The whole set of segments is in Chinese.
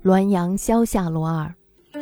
滦阳萧下罗二。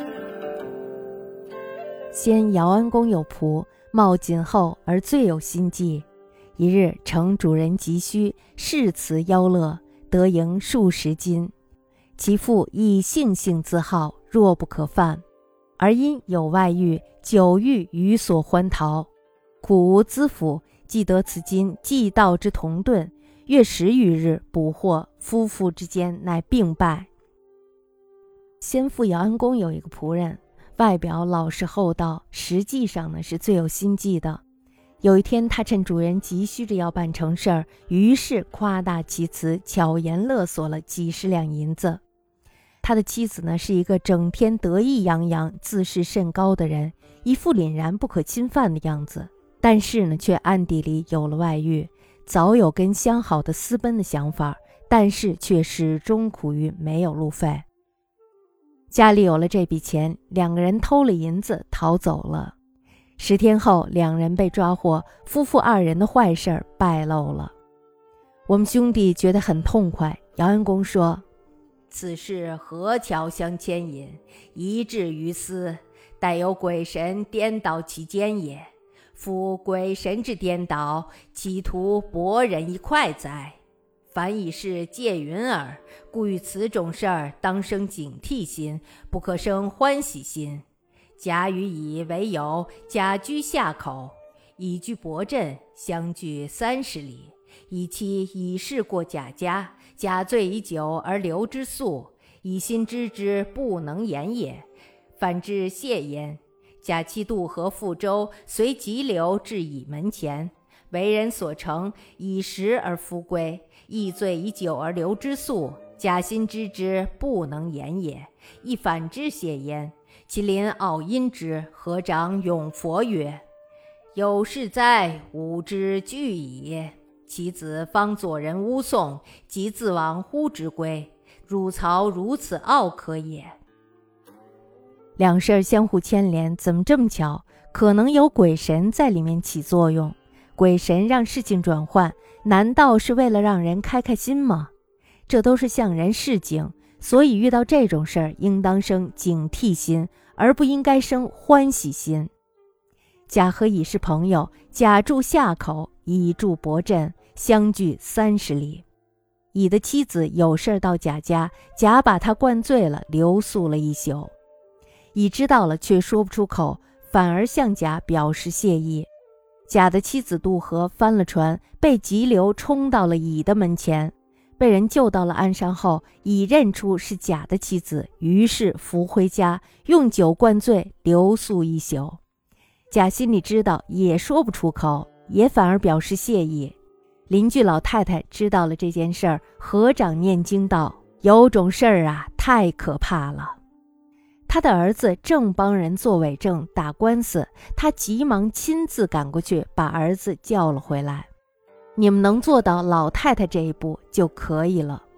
先姚安公有仆，貌谨厚而最有心计。一日承主人急需，誓辞邀乐，得盈数十金。其父以性自好，若不可犯，而因有外遇，久欲于所欢逃，苦无资府，既得此金，既道之同遁，约10余日，捕获，夫妇之间乃病败。先父姚安公有一个仆人，外表老实厚道，实际上呢是最有心计的。有一天，他趁主人急需着要办成事儿，于是夸大其词，巧言勒索了几十两银子。他的妻子呢是一个整天得意洋洋、自视甚高的人，一副凛然不可侵犯的样子，但是呢却暗地里有了外遇，早有跟相好的私奔的想法，但是却始终苦于没有路费。家里有了这笔钱，两个人偷了银子逃走了。10天后，两人被抓获，夫妇2人的坏事儿败露了。我们兄弟觉得很痛快。姚安公说：“此事何巧相牵引，一至于斯，待有鬼神颠倒其间也。夫鬼神之颠倒，企图博人一快哉？凡以是借云耳，故于此种事儿，当生警惕心，不可生欢喜心。甲与乙为友，甲居下口，乙居伯镇，相距30里。乙妻以事过甲家，甲醉已久而留之宿，乙心知之，不能言也，反之谢焉。甲妻渡河覆舟，随急流至乙门前，为人所乘，以食而夫归。亦醉已久而留之宿，甲心知之，不能言也，亦反之谢焉。其邻傲因之，合掌咏佛曰：有事哉，吾之惧矣。其子方左人诬送，即自往呼之归。汝曹如此傲可也。两事儿相互牵连，怎么这么巧？可能有鬼神在里面起作用。鬼神让事情转换，难道是为了让人开开心吗？这都是向人示警，所以遇到这种事儿，应当生警惕心，而不应该生欢喜心。甲和乙是朋友，甲住下口，乙住伯镇，相距30里。乙的妻子有事到甲家，甲把他灌醉了，留宿了一宿。乙知道了，却说不出口，反而向甲表示谢意。甲的妻子渡河翻了船，被急流冲到了乙的门前，被人救到了岸上后，乙认出是甲的妻子，于是扶回家，用酒灌醉，留宿一宿。甲心里知道，也说不出口，也反而表示谢意。邻居老太太知道了这件事儿，合掌念经道：有种事儿啊，太可怕了。他的儿子正帮人做伪证打官司，他急忙亲自赶过去，把儿子叫了回来。你们能做到老太太这一步就可以了。